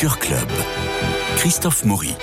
Culture Club. Christophe Maury.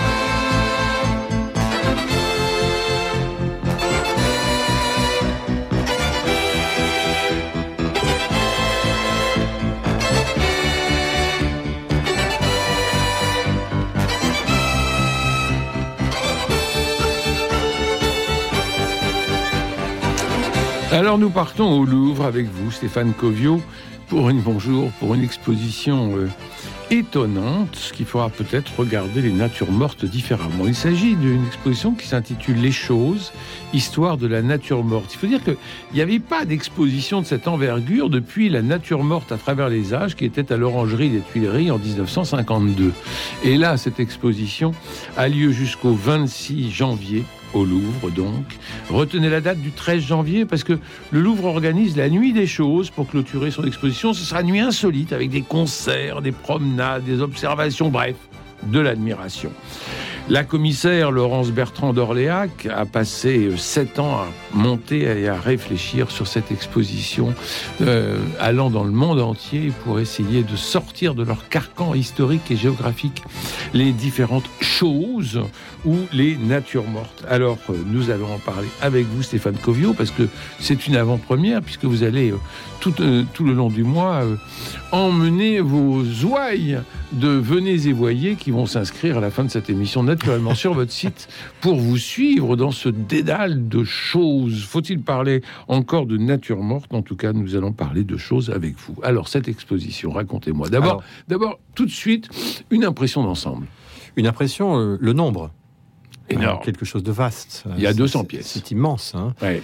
Alors nous partons au Louvre avec vous, Stéphane Covio, pour une exposition étonnante, ce qu'il faudra peut-être regarder les natures mortes différemment. Il s'agit d'une exposition qui s'intitule Les choses, histoire de la nature morte. Il faut dire qu'il n'y avait pas d'exposition de cette envergure depuis la nature morte à travers les âges, qui était à l'Orangerie des Tuileries en 1952. Et là, cette exposition a lieu jusqu'au 26 janvier. Au Louvre, donc. Retenez la date du 13 janvier, parce que le Louvre organise la Nuit des choses pour clôturer son exposition. Ce sera une nuit insolite, avec des concerts, des promenades, des observations, bref, de l'admiration. La commissaire Laurence Bertrand d'Orléac a passé 7 ans à monter et à réfléchir sur cette exposition, allant dans le monde entier pour essayer de sortir de leur carcan historique et géographique les différentes choses ou les natures mortes. Alors, nous allons en parler avec vous, Stéphane Covio, parce que c'est une avant-première, puisque vous allez tout le long du mois emmener vos ouailles de Venez et Voyez qui vont s'inscrire à la fin de cette émission naturellement sur votre site pour vous suivre dans ce dédale de choses. Faut-il parler encore de nature morte? En tout cas, nous allons parler de choses avec vous. Alors, cette exposition, racontez-moi. D'abord, tout de suite, une impression d'ensemble. Une impression, le nombre. Énorme. Quelque chose de vaste. Il y a 200 pièces. C'est immense. Hein. Ouais.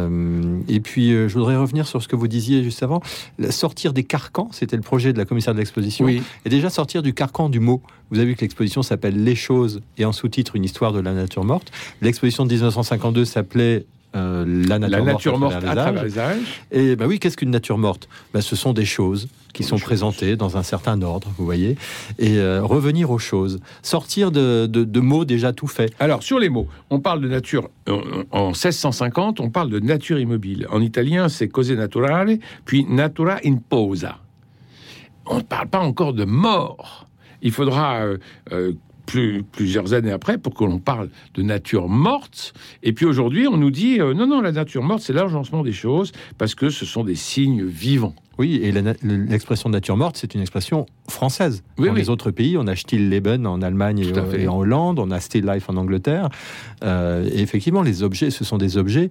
Et puis, je voudrais revenir sur ce que vous disiez juste avant. Sortir des carcans, c'était le projet de la commissaire de l'exposition. Oui. Et déjà sortir du carcan du mot. Vous avez vu que l'exposition s'appelle Les choses et en sous-titre une histoire de la nature morte. L'exposition de 1952 s'appelle la nature morte à travers les âges. Et oui, qu'est-ce qu'une nature morte? Ce sont des choses qui sont présentées dans un certain ordre, vous voyez, et revenir aux choses, sortir de mots déjà tout faits. Alors, sur les mots, on parle de nature, en 1650, on parle de nature immobile. En italien, c'est cose naturale, puis natura imposa. On ne parle pas encore de mort. Il faudra plusieurs années après pour que l'on parle de nature morte. Et puis aujourd'hui, on nous dit non, la nature morte, c'est l'agencement des choses parce que ce sont des signes vivants. Oui, et l'expression nature morte, c'est une expression française. Dans les autres pays, on a Stillleben en Allemagne et en Hollande, on a Still Life en Angleterre. Et effectivement, les objets, ce sont des objets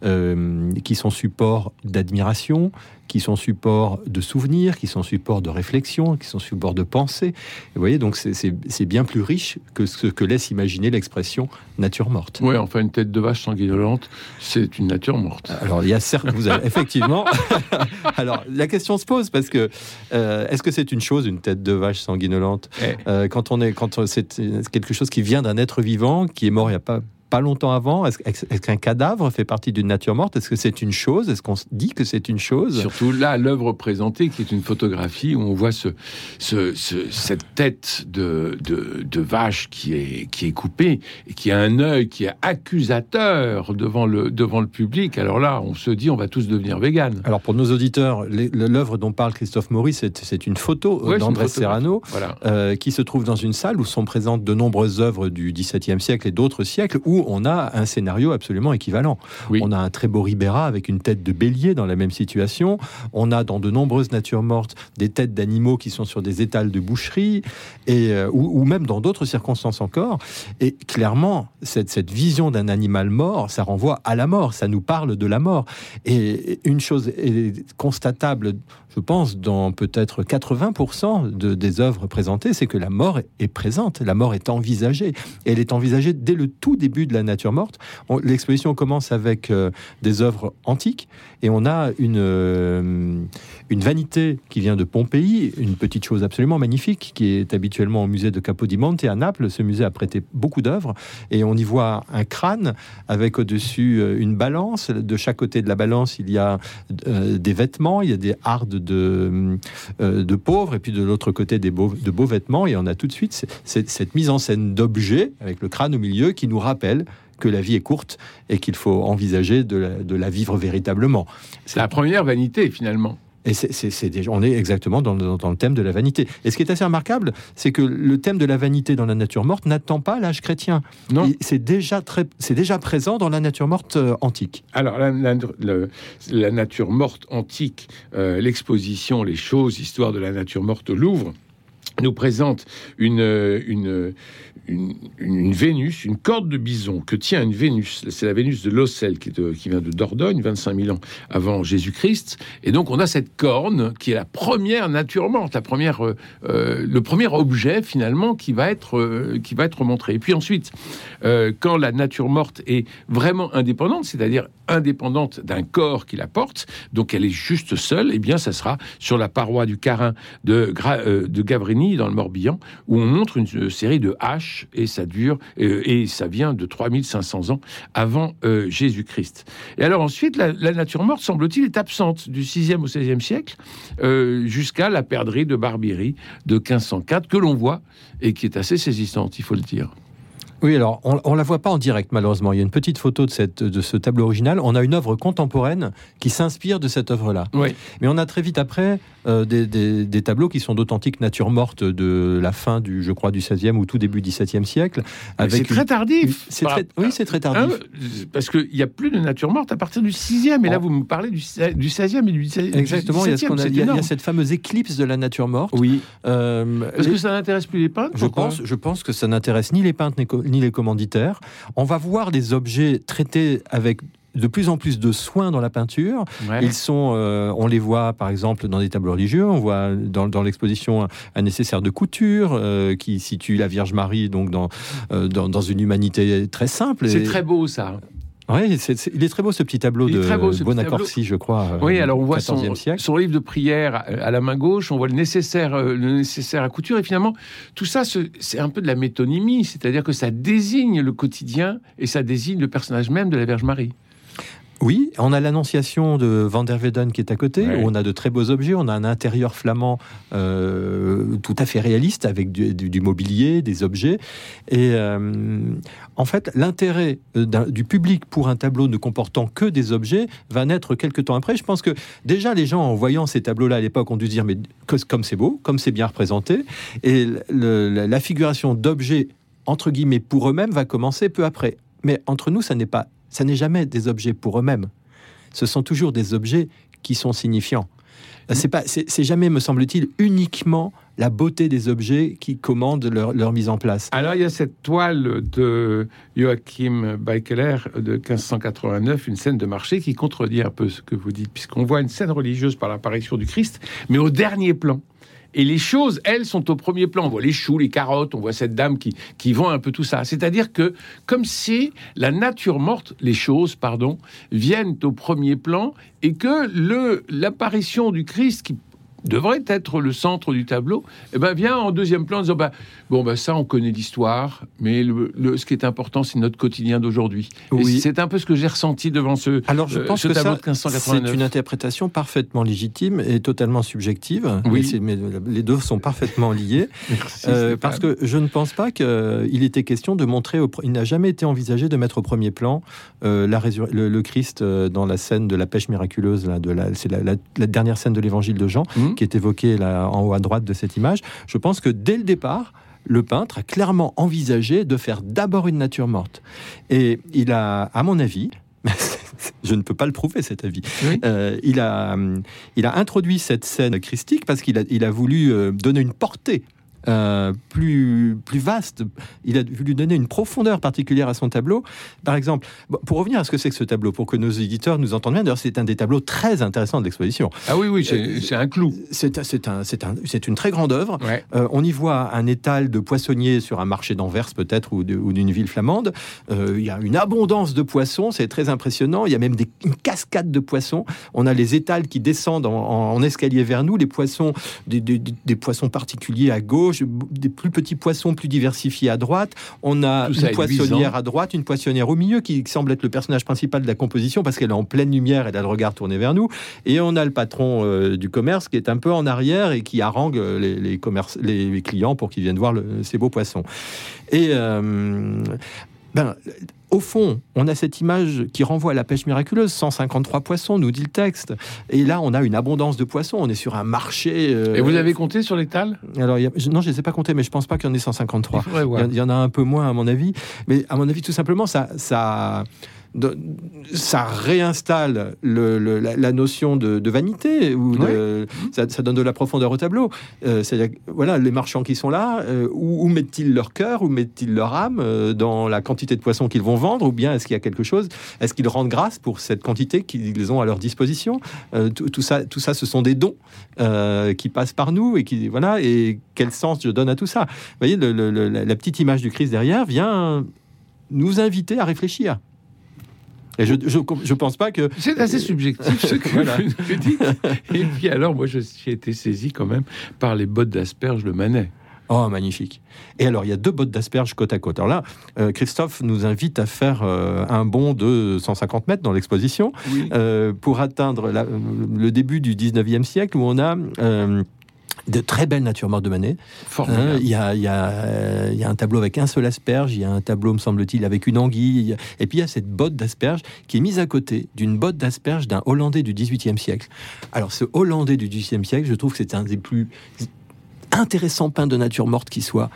qui sont support d'admiration, qui sont support de souvenirs, qui sont support de réflexion, qui sont support de pensée. Et vous voyez, donc c'est bien plus riche que ce que laisse imaginer l'expression nature morte. Oui, enfin, une tête de vache sanguinolente, c'est une nature morte. Alors, il y a certes, effectivement. Alors, la question se pose parce que est-ce que c'est une chose, une tête de vache sanguinolente, quand c'est quelque chose qui vient d'un être vivant qui est mort il n'y a pas longtemps avant? Est-ce qu'un cadavre fait partie d'une nature morte? Est-ce que c'est une chose? Est-ce qu'on dit que c'est une chose? Surtout là, l'œuvre présentée, qui est une photographie où on voit cette tête de vache qui est coupée et qui a un œil qui est accusateur devant le public. Alors là, on se dit, on va tous devenir véganes. Alors pour nos auditeurs, l'œuvre dont parle Christophe Maury, c'est une photo d'Andrés Serrano, qui se trouve dans une salle où sont présentes de nombreuses œuvres du XVIIe siècle et d'autres siècles, où on a un scénario absolument équivalent. Oui. On a un très beau Ribera avec une tête de bélier dans la même situation. On a dans de nombreuses natures mortes des têtes d'animaux qui sont sur des étals de boucherie, ou même dans d'autres circonstances encore. Et clairement, cette vision d'un animal mort, ça renvoie à la mort, ça nous parle de la mort. Et une chose est constatable, je pense, dans peut-être 80% des œuvres présentées, c'est que la mort est présente, la mort est envisagée. Et elle est envisagée dès le tout début de la nature morte. L'exposition commence avec des œuvres antiques, et on a une vanité qui vient de Pompéi, une petite chose absolument magnifique, qui est habituellement au musée de Capodimonte à Naples. Ce musée a prêté beaucoup d'œuvres, et on y voit un crâne avec au-dessus une balance. De chaque côté de la balance, il y a des vêtements, il y a des hardes de pauvres, et puis de l'autre côté de beaux vêtements, et on a tout de suite cette mise en scène d'objets avec le crâne au milieu qui nous rappelle que la vie est courte et qu'il faut envisager de la vivre véritablement. C'est la première vanité, finalement. Et on est exactement dans le thème de la vanité. Et ce qui est assez remarquable, c'est que le thème de la vanité dans la nature morte n'attend pas l'âge chrétien. Non. C'est déjà présent dans la nature morte antique. Alors, la nature morte antique, l'exposition, les choses, histoire de la nature morte au Louvre, nous présente une Vénus, une corde de bison que tient une Vénus. C'est la Vénus de Locelle qui vient de Dordogne, 25 000 ans avant Jésus-Christ. Et donc, on a cette corne qui est la première nature morte, le premier objet, finalement, qui va être montré. Et puis ensuite, quand la nature morte est vraiment indépendante, c'est-à-dire indépendante d'un corps qui la porte, donc elle est juste seule, eh bien, ça sera sur la paroi du Carin de Gavrini, dans le Morbihan, où on montre une série de haches, et ça dure, et ça vient de 3500 ans avant Jésus-Christ. Et alors ensuite, la nature morte, semble-t-il, est absente du 6e au 16e siècle, jusqu'à la perdrix de Barbieri de 1504, que l'on voit, et qui est assez saisissante, il faut le dire. Oui, alors, on ne la voit pas en direct, malheureusement. Il y a une petite photo de ce tableau original. On a une œuvre contemporaine qui s'inspire de cette œuvre-là. Oui. Mais on a très vite après des tableaux qui sont d'authentiques natures mortes de la fin du 16e ou tout début 17e siècle. C'est très tardif. Oui, c'est très tardif. Parce qu'il n'y a plus de nature morte à partir du 6e. Et là, vous me parlez du 16e et du 17e. Exactement, il y a cette fameuse éclipse de la nature morte. Oui. Parce que ça n'intéresse plus les peintres. Je pense que ça n'intéresse ni les peintres ni les commanditaires. On va voir des objets traités avec de plus en plus de soin dans la peinture. Ouais. Ils sont, on les voit par exemple dans des tableaux religieux. On voit dans l'exposition un nécessaire de couture qui situe la Vierge Marie donc dans une humanité très simple. C'est très beau ça. Oui, il est très beau ce petit tableau de Bonaccorsi, je crois. Oui, alors on voit son livre de prière à la main gauche, on voit le nécessaire à couture, et finalement, tout ça, c'est un peu de la métonymie, c'est-à-dire que ça désigne le quotidien et ça désigne le personnage même de la Vierge Marie. Oui, on a l'Annonciation de Van der Weyden qui est à côté, où on a de très beaux objets, on a un intérieur flamand tout à fait réaliste, avec du mobilier, des objets. Et en fait, l'intérêt du public pour un tableau ne comportant que des objets va naître quelques temps après. Je pense que déjà, les gens, en voyant ces tableaux-là à l'époque, ont dû se dire, mais comme c'est beau, comme c'est bien représenté. Et la figuration d'objets, entre guillemets, pour eux-mêmes, va commencer peu après. Mais entre nous, ça n'est jamais des objets pour eux-mêmes. Ce sont toujours des objets qui sont signifiants. C'est jamais, me semble-t-il, uniquement la beauté des objets qui commande leur mise en place. Alors, il y a cette toile de Joachim Beikeler de 1589, une scène de marché qui contredit un peu ce que vous dites, puisqu'on voit une scène religieuse par l'apparition du Christ, mais au dernier plan. Et les choses, elles, sont au premier plan. On voit les choux, les carottes, on voit cette dame qui vend un peu tout ça. C'est-à-dire que, comme si la nature morte, les choses, viennent au premier plan et que l'apparition du Christ, qui devrait être le centre du tableau, vient en deuxième plan en disant ça, on connaît l'histoire, mais ce qui est important, c'est notre quotidien d'aujourd'hui. Oui. Et c'est un peu ce que j'ai ressenti devant ce tableau de 1589. C'est une interprétation parfaitement légitime et totalement subjective. Oui. Mais les deux sont parfaitement liés. Merci, parce que je ne pense pas qu'il était question de montrer... Il n'a jamais été envisagé de mettre au premier plan le Christ dans la scène de la pêche miraculeuse. C'est la dernière scène de l'évangile de Jean, qui est évoquée là, en haut à droite de cette image. Je pense que dès le départ, le peintre a clairement envisagé de faire d'abord une nature morte. Et il a, à mon avis, je ne peux pas le prouver cet avis, il a introduit cette scène christique parce qu'il a voulu donner une portée plus vaste. Il a voulu donner une profondeur particulière à son tableau. Par exemple, pour revenir à ce que c'est que ce tableau, pour que nos éditeurs nous entendent bien, d'ailleurs c'est un des tableaux très intéressants de l'exposition. Ah oui, c'est un clou. C'est une très grande œuvre. Ouais. On y voit un étal de poissonniers sur un marché d'Anvers peut-être, ou d'une ville flamande. Il y a une abondance de poissons, c'est très impressionnant. Il y a même une cascade de poissons. On a les étals qui descendent en escalier vers nous, les poissons, des poissons particuliers à gauche, des plus petits poissons plus diversifiés à droite. On a une poissonnière à droite, une poissonnière au milieu qui semble être le personnage principal de la composition parce qu'elle est en pleine lumière, elle a le regard tourné vers nous. Et on a le patron du commerce qui est un peu en arrière et qui harangue les clients pour qu'ils viennent voir ces beaux poissons. Et Au fond, on a cette image qui renvoie à la pêche miraculeuse, 153 poissons, nous dit le texte. Et là, on a une abondance de poissons, on est sur un marché... Et vous avez compté sur l'étal ? Alors, non, je ne les ai pas comptés, mais je ne pense pas qu'il y en ait 153. Il y en a un peu moins, à mon avis. Mais à mon avis, tout simplement, ça réinstalle la notion de vanité, ou ça donne de la profondeur au tableau. C'est-à-dire, voilà, les marchands qui sont là, où mettent-ils leur cœur, où mettent-ils leur âme dans la quantité de poissons qu'ils vont vendre, ou bien est-ce qu'il y a quelque chose, est-ce qu'ils rendent grâce pour cette quantité qu'ils ont à leur disposition ? Tout ça, ce sont des dons qui passent par nous, et quel sens je donne à tout ça ? Vous voyez, la petite image du Christ derrière vient nous inviter à réfléchir. Et je pense pas que... C'est assez subjectif ce que vous dites. Et puis alors, moi, j'ai été saisi quand même par les bottes d'asperges le Manet. Oh, magnifique. Et alors, il y a 2 bottes d'asperges côte à côte. Alors là, Christophe nous invite à faire un bond de 150 mètres dans l'exposition, pour atteindre le début du 19e siècle, où on a... de très belles natures mortes de Manet. Il y a un tableau avec un seul asperge, il y a un tableau, me semble-t-il, avec une anguille, et puis il y a cette botte d'asperge qui est mise à côté d'une botte d'asperge d'un Hollandais du XVIIIe siècle. Alors ce Hollandais du XVIIIe siècle, je trouve que c'est un des plus intéressants peintres de nature morte qui soit.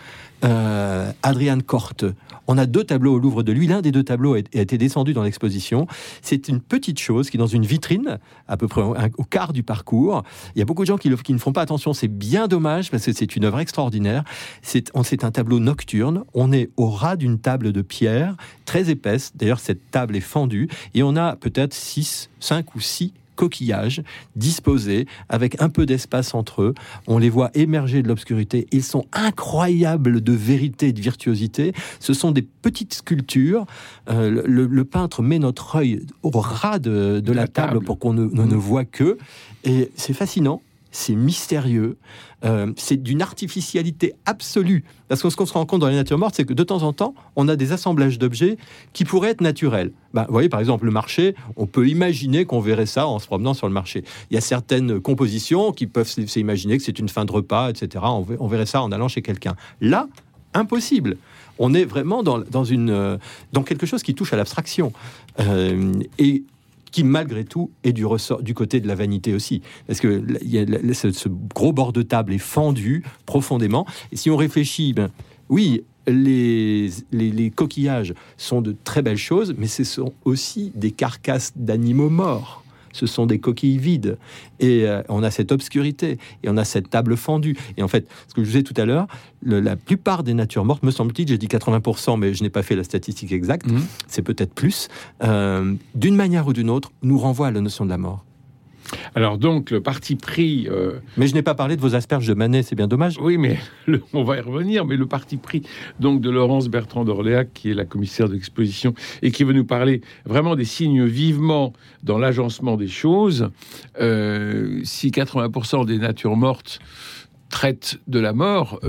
Adriaan Korte. On a 2 tableaux au Louvre de lui. L'un des 2 tableaux a été descendu dans l'exposition. C'est une petite chose qui, dans une vitrine, à peu près au quart du parcours, il y a beaucoup de gens qui ne font pas attention. C'est bien dommage parce que c'est une œuvre extraordinaire. C'est un tableau nocturne. On est au ras d'une table de pierre très épaisse. D'ailleurs, cette table est fendue et on a peut-être 5 ou 6 coquillages disposés avec un peu d'espace entre eux. On les voit émerger de l'obscurité. Ils sont incroyables de vérité et de virtuosité. Ce sont des petites sculptures. Le peintre met notre œil au ras de la table pour qu'on ne voit que. Et c'est fascinant. C'est mystérieux, c'est d'une artificialité absolue. Parce que ce qu'on se rend compte dans les natures mortes, c'est que de temps en temps, on a des assemblages d'objets qui pourraient être naturels. Vous voyez, par exemple, le marché, on peut imaginer qu'on verrait ça en se promenant sur le marché. Il y a certaines compositions qui peuvent s'imaginer que c'est une fin de repas, etc. On verrait ça en allant chez quelqu'un. Là, impossible. On est vraiment dans quelque chose qui touche à l'abstraction. Et qui malgré tout est du côté de la vanité aussi, parce que ce gros bord de table est fendu profondément, et si on réfléchit, oui, les coquillages sont de très belles choses, mais ce sont aussi des carcasses d'animaux morts. Ce sont des coquilles vides, et on a cette obscurité, et on a cette table fendue. Et en fait, ce que je disais tout à l'heure, la plupart des natures mortes, me semble-t-il, j'ai dit 80%, mais je n'ai pas fait la statistique exacte, c'est peut-être plus, d'une manière ou d'une autre, nous renvoie à la notion de la mort. Alors donc, le parti pris... Mais je n'ai pas parlé de vos asperges de Manet, c'est bien dommage. Oui, mais on va y revenir, mais le parti pris donc, de Laurence Bertrand d'Orléac, qui est la commissaire de l'exposition, et qui veut nous parler vraiment des signes vivement dans l'agencement des choses. Si 80% des natures mortes traitent de la mort,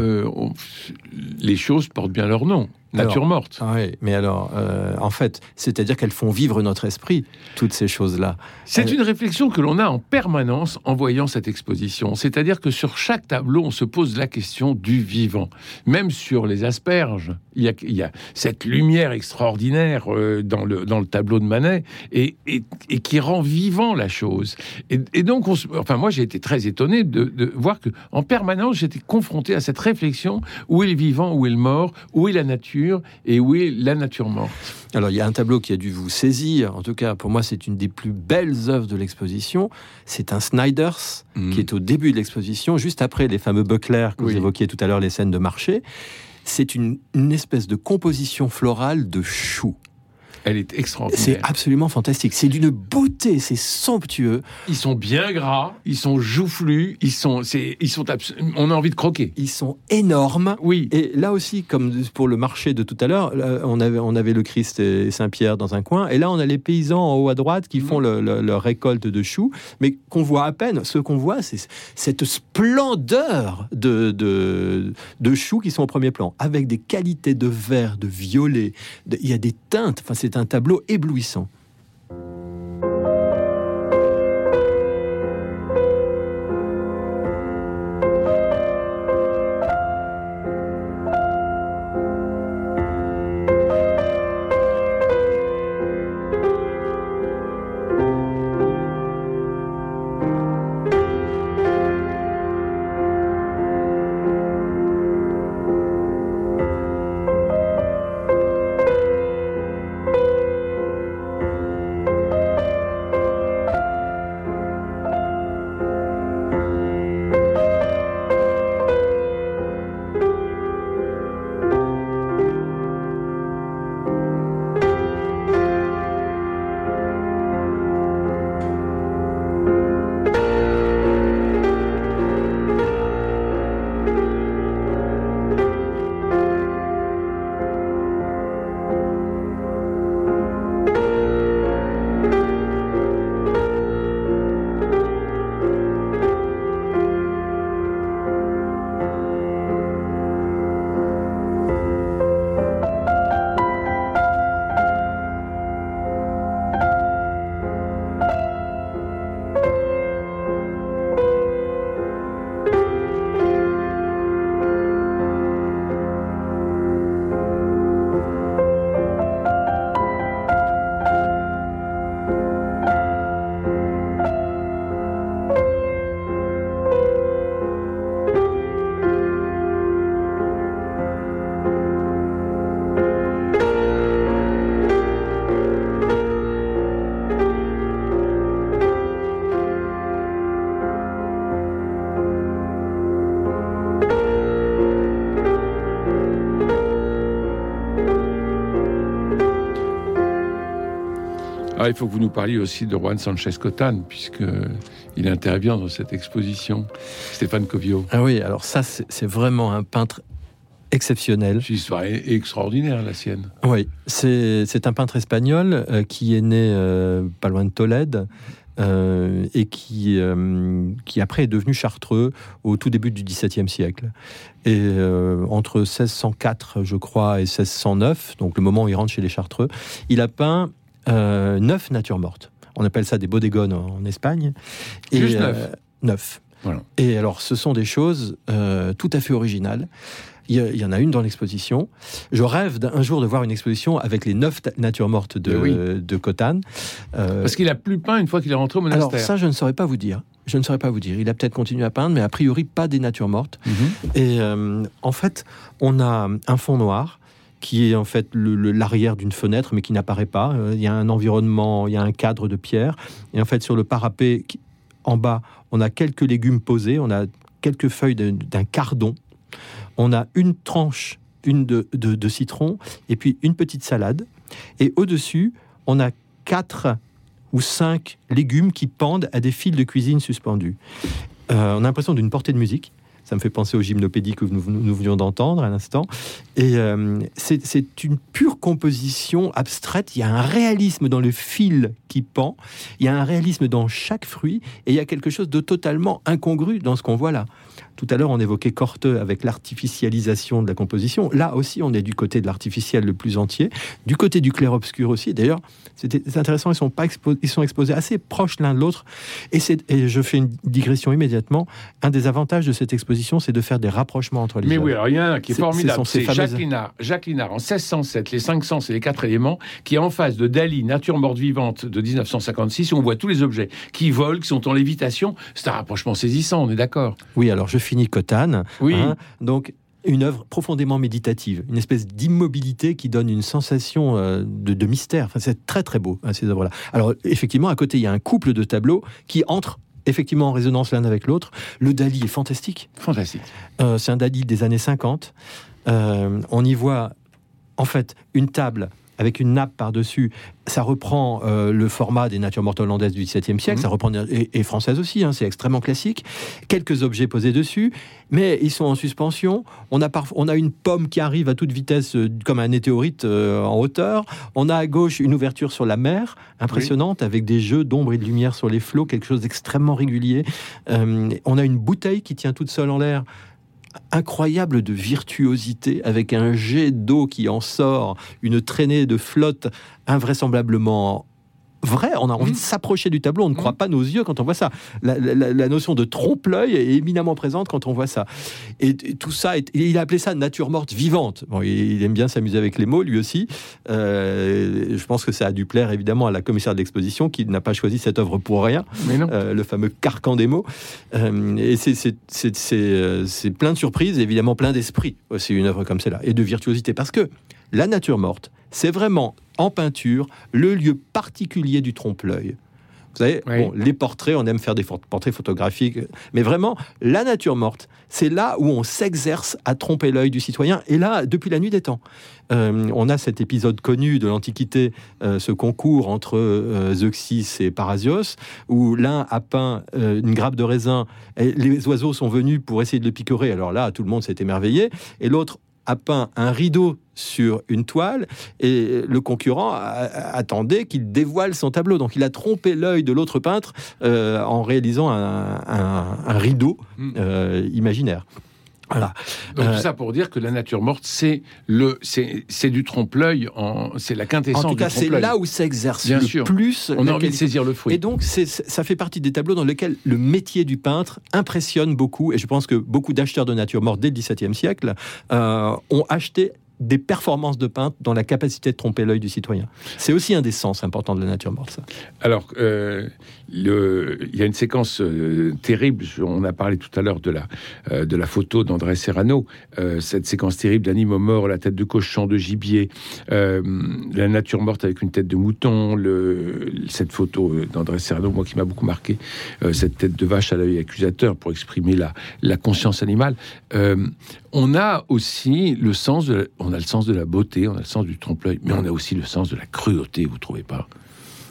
les choses portent bien leur nom. Nature morte. Oui, mais alors, en fait, c'est-à-dire qu'elles font vivre notre esprit, toutes ces choses-là. C'est une réflexion que l'on a en permanence en voyant cette exposition. C'est-à-dire que sur chaque tableau, on se pose la question du vivant. Même sur les asperges, il y a cette lumière extraordinaire dans le tableau de Manet et qui rend vivant la chose. Et donc, moi, j'ai été très étonné de voir que en permanence, j'étais confronté à cette réflexion: où est le vivant, où est le mort, où est la nature et où est la nature morte. Alors, il y a un tableau qui a dû vous saisir. En tout cas, pour moi, c'est une des plus belles œuvres de l'exposition. C'est un Snyders qui est au début de l'exposition, juste après les fameux Buckler que vous évoquiez tout à l'heure, les scènes de marché. C'est une espèce de composition florale de choux. Elle est extraordinaire. C'est absolument fantastique. C'est d'une beauté, c'est somptueux. Ils sont bien gras, ils sont joufflus, on a envie de croquer. Ils sont énormes. Oui. Et là aussi, comme pour le marché de tout à l'heure, on avait le Christ et Saint-Pierre dans un coin, et là on a les paysans en haut à droite qui font leur récolte de choux, mais qu'on voit à peine. Ce qu'on voit, c'est cette splendeur de choux qui sont au premier plan, avec des qualités de vert, de violet. Il y a des teintes. Enfin, c'est un tableau éblouissant. il faut que vous nous parliez aussi de Juan Sánchez Cotán, puisqu'il intervient dans cette exposition. Stéphane Covio. Ah oui, alors ça, c'est vraiment un peintre exceptionnel. C'est une histoire extraordinaire, la sienne. Oui, c'est un peintre espagnol qui est né pas loin de Tolède, et qui après est devenu chartreux au tout début du XVIIe siècle. Et entre 1604, je crois, et 1609, donc le moment où il rentre chez les Chartreux, il a peint 9 natures mortes. On appelle ça des bodegones en Espagne. Juste 9. Voilà. Et alors, ce sont des choses tout à fait originales. Il y en a une dans l'exposition. Je rêve d'un jour de voir une exposition avec les 9 natures mortes de Cotán. Parce qu'il a plus peint une fois qu'il est rentré au monastère. Alors ça, je ne saurais pas vous dire. Il a peut-être continué à peindre, mais a priori pas des natures mortes. Et en fait, on a un fond noir qui est en fait l'arrière d'une fenêtre, mais qui n'apparaît pas. Il y a un environnement, il y a un cadre de pierre. Et en fait, sur le parapet, en bas, on a quelques légumes posés, on a quelques feuilles d'un cardon. On a une tranche, de citron, et puis une petite salade. Et au-dessus, on a 4 ou 5 légumes qui pendent à des fils de cuisine suspendus. On a l'impression d'une portée de musique. Ça me fait penser au gymnopédie que nous venions d'entendre à l'instant. Et c'est une pure composition abstraite. Il y a un réalisme dans le fil qui pend. Il y a un réalisme dans chaque fruit. Et il y a quelque chose de totalement incongru dans ce qu'on voit là. Tout à l'heure, on évoquait Corteux avec l'artificialisation de la composition. Là aussi, on est du côté de l'artificiel le plus entier, du côté du clair-obscur aussi. D'ailleurs, c'est intéressant, ils sont exposés assez proches l'un de l'autre. Et je fais une digression immédiatement. Un des avantages de cette exposition, c'est de faire des rapprochements entre les œuvres. Mais oui, alors il y en a un qui est formidable. C'est fameuses... Jacques Linard, en 1607, les 5 sens et les 4 éléments, qui est en face de Dali, Nature morte vivante de 1956, où on voit tous les objets qui volent, qui sont en lévitation. C'est un rapprochement saisissant, on est d'accord. Oui, alors je finis Cotán. Oui. Donc, une œuvre profondément méditative, une espèce d'immobilité qui donne une sensation de mystère. Enfin, c'est très très beau, ces œuvres-là. Alors, effectivement, à côté, il y a un couple de tableaux qui entrent effectivement en résonance l'un avec l'autre. Le Dali est fantastique. Fantastique. C'est un Dali des années 50. On y voit, en fait, une table avec une nappe par-dessus. Ça reprend le format des natures mortes hollandaises du XVIIe siècle, ça reprend, et françaises aussi, c'est extrêmement classique. Quelques objets posés dessus, mais ils sont en suspension. On a une pomme qui arrive à toute vitesse, comme un météorite en hauteur. On a à gauche une ouverture sur la mer, impressionnante, avec des jeux d'ombre et de lumière sur les flots, quelque chose d'extrêmement régulier. On a une bouteille qui tient toute seule en l'air, incroyable de virtuosité, avec un jet d'eau qui en sort, une traînée de flotte invraisemblablement vrai. On a envie de s'approcher du tableau, on ne croit pas nos yeux quand on voit ça. La notion de trompe-l'œil est éminemment présente quand on voit ça. Et tout ça, il a appelé ça nature morte vivante. Bon, il aime bien s'amuser avec les mots, lui aussi. Je pense que ça a dû plaire évidemment à la commissaire de l'exposition, qui n'a pas choisi cette œuvre pour rien. Mais non. Le fameux carcan des mots. Et c'est plein de surprises, évidemment plein d'esprit aussi, une œuvre comme celle-là, et de virtuosité. Parce que la nature morte, c'est vraiment, en peinture, le lieu particulier du trompe-l'œil. Vous savez, les portraits, on aime faire des portraits photographiques, mais vraiment, la nature morte, c'est là où on s'exerce à tromper l'œil du citoyen, et là, depuis la nuit des temps. On a cet épisode connu de l'Antiquité, ce concours entre Zeuxis et Parasios, où l'un a peint une grappe de raisin, et les oiseaux sont venus pour essayer de le picorer, alors là, tout le monde s'est émerveillé, et l'autre a peint un rideau sur une toile, et le concurrent attendait qu'il dévoile son tableau. Donc il a trompé l'œil de l'autre peintre en réalisant un rideau imaginaire. Voilà. Donc tout ça pour dire que la nature morte, c'est du trompe-l'œil, c'est la quintessence du trompe-l'œil. En tout cas, c'est là où s'exerce plus. On a envie de saisir le fruit. Et donc, ça fait partie des tableaux dans lesquels le métier du peintre impressionne beaucoup. Et je pense que beaucoup d'acheteurs de nature morte dès le XVIIe siècle ont acheté des performances de peintre dans la capacité de tromper l'œil du citoyen. C'est aussi un des sens importants de la nature morte, ça. Alors, il y a une séquence terrible, on a parlé tout à l'heure de la photo d'André Serrano, cette séquence terrible d'animaux morts, la tête de cochon, de gibier, la nature morte avec une tête de mouton, cette photo d'André Serrano, moi qui m'a beaucoup marqué, cette tête de vache à l'œil accusateur pour exprimer la conscience animale. On a aussi le sens de la beauté, on a le sens du trompe-l'œil, mais on a aussi le sens de la cruauté, vous trouvez pas ?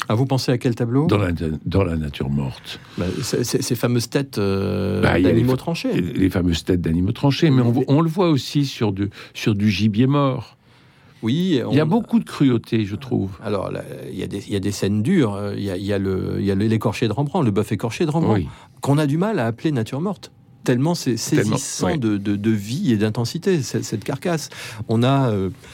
Ah, vous pensez à quel tableau ? Dans la nature morte. Ces fameuses têtes d'animaux tranchés. Les fameuses têtes d'animaux tranchés, mais on le voit aussi sur du gibier mort. Oui, il y a beaucoup de cruauté, je trouve. Alors, il y a des scènes dures. Il y a l'écorché de Rembrandt, le bœuf écorché de Rembrandt, qu'on a du mal à appeler nature morte. Tellement c'est saisissant de vie et d'intensité, cette carcasse. On a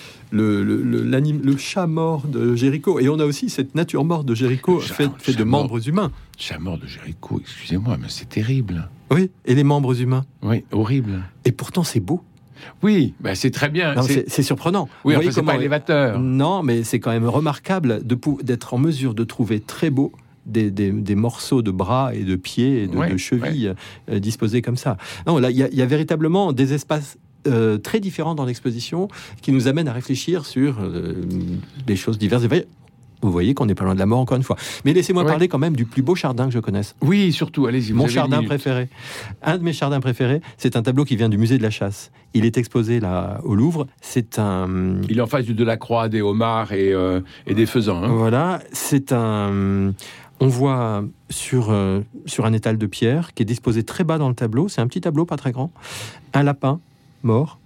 le chat mort de Géricault, et on a aussi cette nature morte de Géricault fait de membres humains. Le chat mort de Géricault, excusez-moi, mais c'est terrible. Oui, et les membres humains. Oui, horrible. Et pourtant, c'est beau. Oui, c'est très bien. Non, c'est surprenant. Oui, c'est pas élévateur. Non, mais c'est quand même remarquable d'être en mesure de trouver très beau des morceaux de bras et de pieds et de chevilles disposés comme ça. Non, là, il y a véritablement des espaces très différents dans l'exposition qui nous amènent à réfléchir sur des choses diverses et variées. Vous voyez qu'on n'est pas loin de la mort, encore une fois. Mais laissez-moi parler quand même du plus beau chardin que je connaisse. Oui, surtout, allez-y. Mon chardin préféré. Un de mes chardins préférés, c'est un tableau qui vient du musée de la Chasse. Il est exposé là au Louvre. C'est un... Il est en face du Delacroix, des homards et des faisans. Hein. Voilà, c'est un... On voit sur un étal de pierre qui est disposé très bas dans le tableau. C'est un petit tableau, pas très grand. Un lapin mort.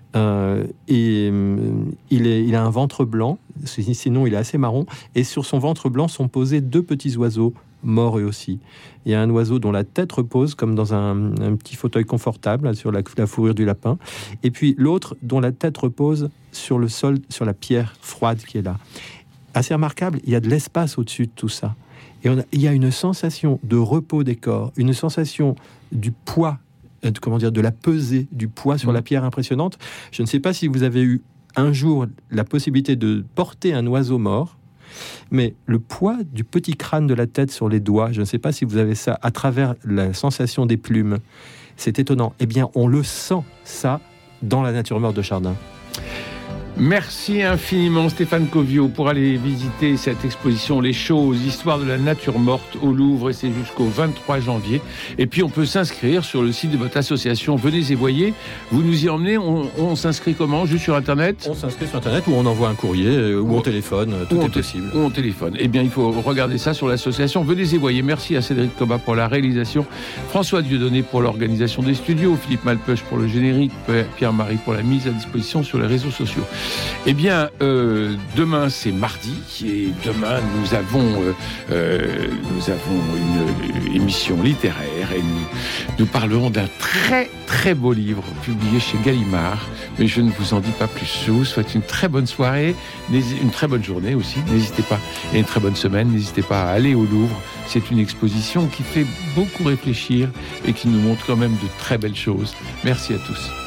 Et il a un ventre blanc, sinon il est assez marron, et sur son ventre blanc sont posés 2 petits oiseaux morts eux aussi. Il y a un oiseau dont la tête repose comme dans un petit fauteuil confortable sur la fourrure du lapin, et puis l'autre dont la tête repose sur le sol, sur la pierre froide qui est là. Assez remarquable, il y a de l'espace au-dessus de tout ça, et il y a une sensation de repos des corps, une sensation du poids, de la pesée du poids sur la pierre impressionnante. Je ne sais pas si vous avez eu un jour la possibilité de porter un oiseau mort, mais le poids du petit crâne de la tête sur les doigts, je ne sais pas si vous avez ça à travers la sensation des plumes. C'est étonnant. Eh bien, on le sent, ça, dans la nature morte de Chardin. Merci infiniment Stéphane Covio pour aller visiter cette exposition Les Choses, Histoire de la nature morte au Louvre, et c'est jusqu'au 23 janvier. Et puis on peut s'inscrire sur le site de votre association Venez et Voyez. Vous nous y emmenez, on s'inscrit comment ? Juste sur Internet ? On s'inscrit sur Internet ou on envoie un courrier ou on téléphone, tout est possible. Ou on téléphone. Eh bien il faut regarder ça sur l'association Venez et Voyez. Merci à Cédric Cobat pour la réalisation, François Dieudonné pour l'organisation des studios, Philippe Malpeuch pour le générique, Pierre-Marie pour la mise à disposition sur les réseaux sociaux. Eh bien, demain c'est mardi et demain nous avons une émission littéraire et nous parlerons d'un très très beau livre publié chez Gallimard. Mais je ne vous en dis pas plus. Je vous souhaite une très bonne soirée, une très bonne journée aussi. N'hésitez pas, et une très bonne semaine. N'hésitez pas à aller au Louvre. C'est une exposition qui fait beaucoup réfléchir et qui nous montre quand même de très belles choses. Merci à tous.